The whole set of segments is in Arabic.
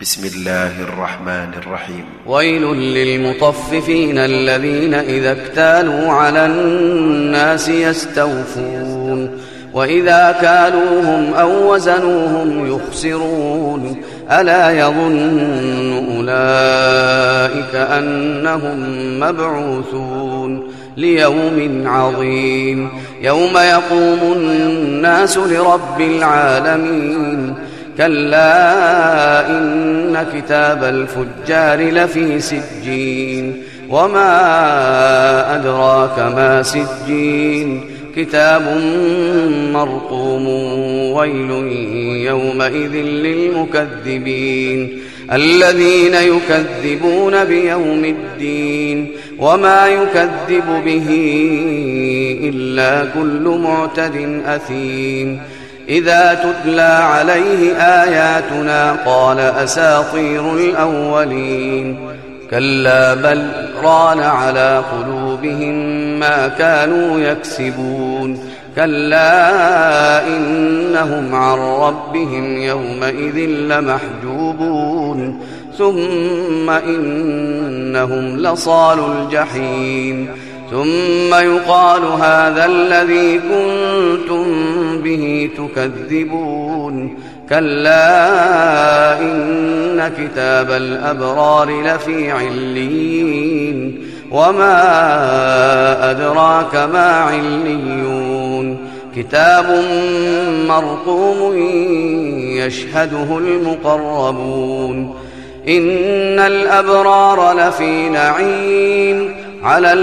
بسم الله الرحمن الرحيم. ويل للمطففين الذين إذا اكتالوا على الناس يستوفون وإذا كالوهم أو وزنوهم يخسرون ألا يظن أولئك أنهم مبعوثون ليوم عظيم يوم يقوم الناس لرب العالمين كلا إن كتاب الفجار لفي سجين وما أدراك ما سجين كتاب مرقوم ويل يومئذ للمكذبين الذين يكذبون بيوم الدين وما يكذب به إلا كل معتد أثيم إذا تتلى عليه آياتنا قال أساطير الأولين كلا بل ران على قلوبهم ما كانوا يكسبون كلا إنهم عن ربهم يومئذ لمحجوبون ثم إنهم لصال الجحيم ثم يقال هذا الذي كنتم به تكذبون كلا إن كتاب الأبرار لفي عليين وما أدراك ما عليون كتاب مرقوم يشهده المقربون إن الأبرار لفي نعيم على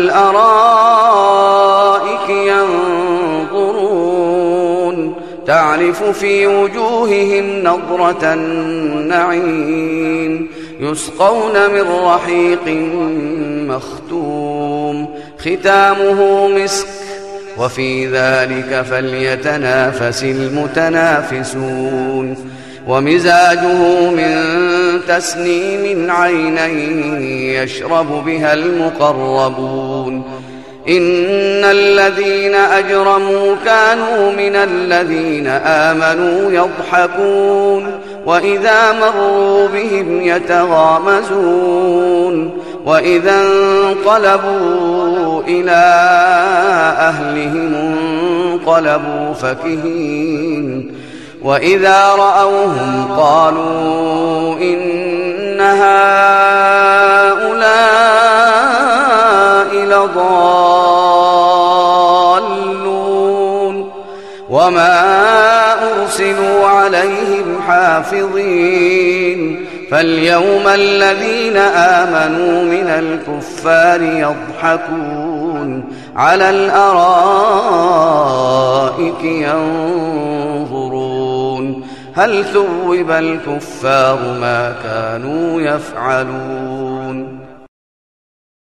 الأرائك ينظرون تعرف في وجوههم نضرة النعيم يسقون من رحيق مختوم ختامه مسك وفي ذلك فليتنافس المتنافسون ومزاجه من تسنيم عينا يشرب بها المقربون إن الذين أجرموا كانوا من الذين آمنوا يضحكون وإذا مروا بهم يتغامزون وإذا انقلبوا إلى أهلهم انقلبوا فكهين وإذا رأوهم قالوا إن هؤلاء لضالون وما أرسلوا عليهم حافظين فاليوم الذين آمنوا من الكفار يضحكون على الأرائك ينظرون هل ثوب الكفار ما كانوا يفعلون